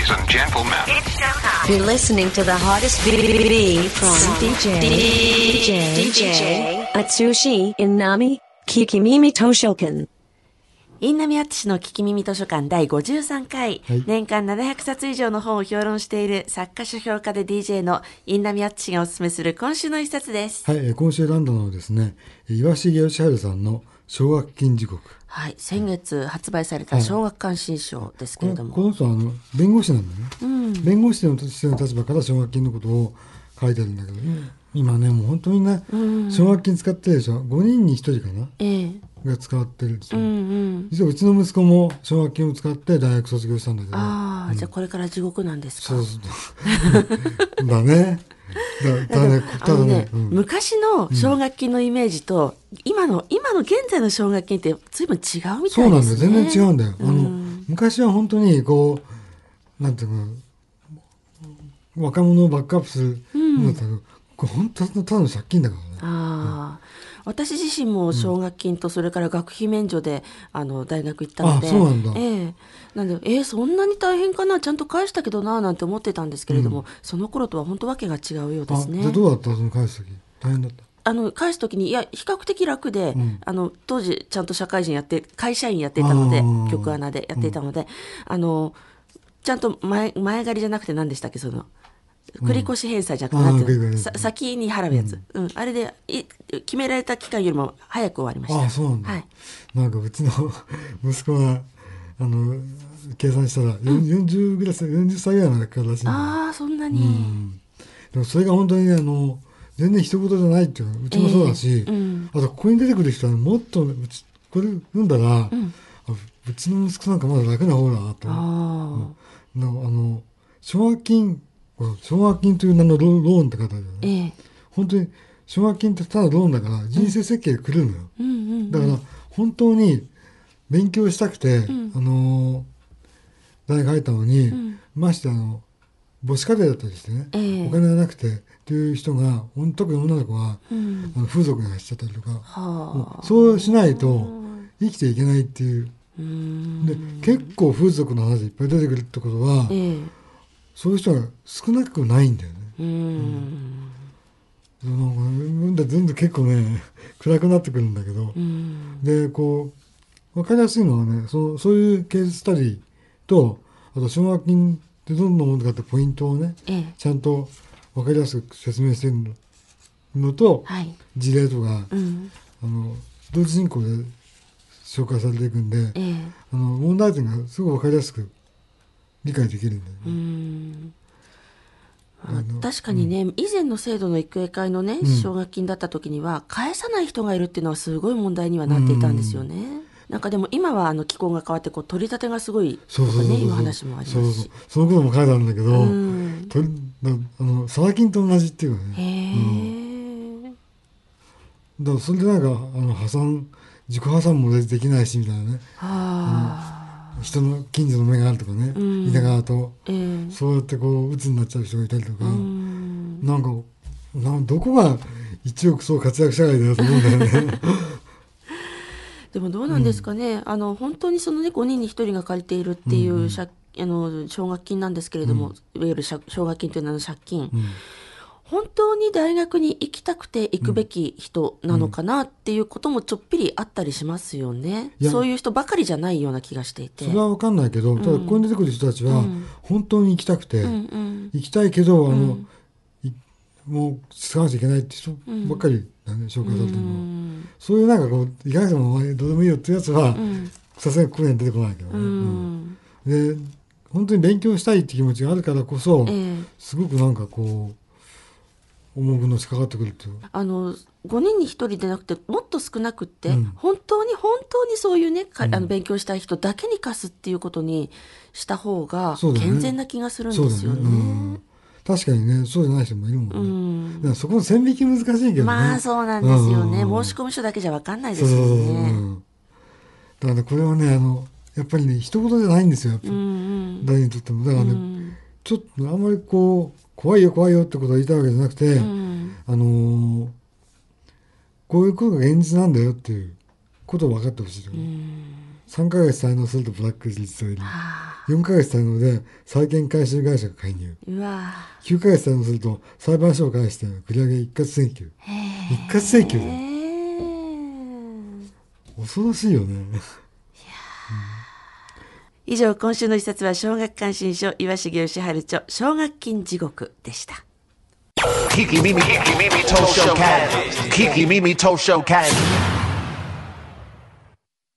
Ladies and gentlemen, You're listening to the hottest BBB from DJ Atsushi Inami Kikimimi Toshokan。 インナミアッチの聞き耳図書館第53回、 はい、 年間700冊以上の本を評論している作家書評家で DJ のインナミアッチがおすすめする今週の一冊です。 はい、今週選んだのはですね、岩重義治さんの奨学金時刻。 はい、先月発売された奨学金新書ですけれども、 この人は弁護士なんだよね、弁護士としての立場から奨学金のことを書いてるんだけど、今ねもう本当にみんな奨学金使ってるでしょ。5人に1人かな、が使ってるでしょ、実はうちの息子も奨学金を使って大学卒業したんだけど、 じゃあこれから地獄なんですか。 そうだね。ただね、 昔の奨学金のイメージと、今の現在の奨学金って随分違うみたいですね。 そうなんだよ、全然違うんだよ。昔は本当にこうなんていうか若者をバックアップするのだったけど、これ本当ただの借金だからね。 私自身も奨学金とそれから学費免除で大学行ったので、 そうなんだ。 なんでそんなに大変かな、ちゃんと返したけどななんて思ってたんですけれども、その頃とは本当わけが違うようですね。 じゃあどうだった？その返す時大変だった？ 返す時に比較的楽で、当時ちゃんと社会人会社員やっていたので、局アナでやっていたので、ちゃんと前借りじゃなくて何でしたっけ、繰越返済じゃなくて、先に払うやつ、あれで決められた期間よりも早く終わりました。 そうなんだ、 はい、 なんかうちの息子が計算したら40歳ぐらいまでかかるらしいんだ。 そんなに、 でもそれが本当に全然一言じゃないっていうのはうちもそうだし、あとここに出てくる人はもっとこれ読んだら、うちの息子なんかまだ楽な方だなと。奨学金という名のローンって方だよね、本当に奨学金ってただローンだから人生設計が来るのよ、だから本当に勉強したくて、大学入ったのに、まして母子家庭だったりしてね、お金がなくてっていう人が特に女の子は、風俗に走っちゃったりとか、そうしないと生きていけないっていう、で結構風俗の話いっぱい出てくるってことは、そういう人が少なくないんだよね。全然結構ね暗くなってくるんだけど、でこう分かりやすいのはね、そういうケーススタディと、あと奨学金ってどんなものかってポイントをね、ちゃんと分かりやすく説明してるのと、事例とか、同時進行で紹介されていくんで、問題点がすごく分かりやすく理解できるんだよね。 確かにね、以前の制度の育英会のね、奨学金だった時には返さない人がいるっていうのはすごい問題にはなっていたんですよね。なんかでも今は気候が変わって取り立てがすごいとかね、いう話もありますし、 そのことも書いてあるんだけど、サラ金と同じっていうかね。だからそれでなんか自己破産もできないしみたいなね。人の近所の目があるとかね、田舎と、そうやって鬱になっちゃう人がいたりとか、なんかどこが一億総活躍社会だよと思うんだよね。 でもどうなんですかね、本当に5人に1人が借りているっていう奨学金なんですけれども、いわゆる奨学金という名の借金、本当に大学に行きたくて行くべき人なのかなっていうこともちょっぴりあったりしますよね。そういう人ばかりじゃないような気がしていて。 それは分かんないけど、ただここに出てくる人たちは本当に行きたくて、行きたいけどもう使わなきゃいけないって人ばっかりなんで紹介されてるのは、そういうなんかいかなくてもどうでもいいよっていうやつはさすがにここには出てこないけどね。で本当に勉強したいって気持ちがあるからこそ、すごくなんか重くのしかかってくるっていう。 5人に1人でなくてもっと少なくって、本当にそういうね、勉強したい人だけに貸すっていうことにした方が健全な気がするんですよね。 確かにね、そうじゃない人もいるもんね。だからそこの線引き難しいけどね。 そうなんですよね。申し込み書だけじゃ分かんないですよね。 だからこれはね、やっぱりね、一言じゃないんですよ。誰にとっても。だからね、ちょっとあんまり怖いよってことを言いたいわけじゃなくて、こういうことが現実なんだよっていうことを分かってほしい。 3ヶ月滞納するとブラックリスト入り、4ヶ月滞納で債権回収会社が介入、 うわ 9ヶ月滞納すると裁判所を介して繰り上げ一括請求。一括請求で恐ろしいよね。 以上、今週の一冊は小学館新書岩重義治著奨学金地獄でした。 Kiki Mimi Tosho Cat. Kiki Mimi Tosho Cat.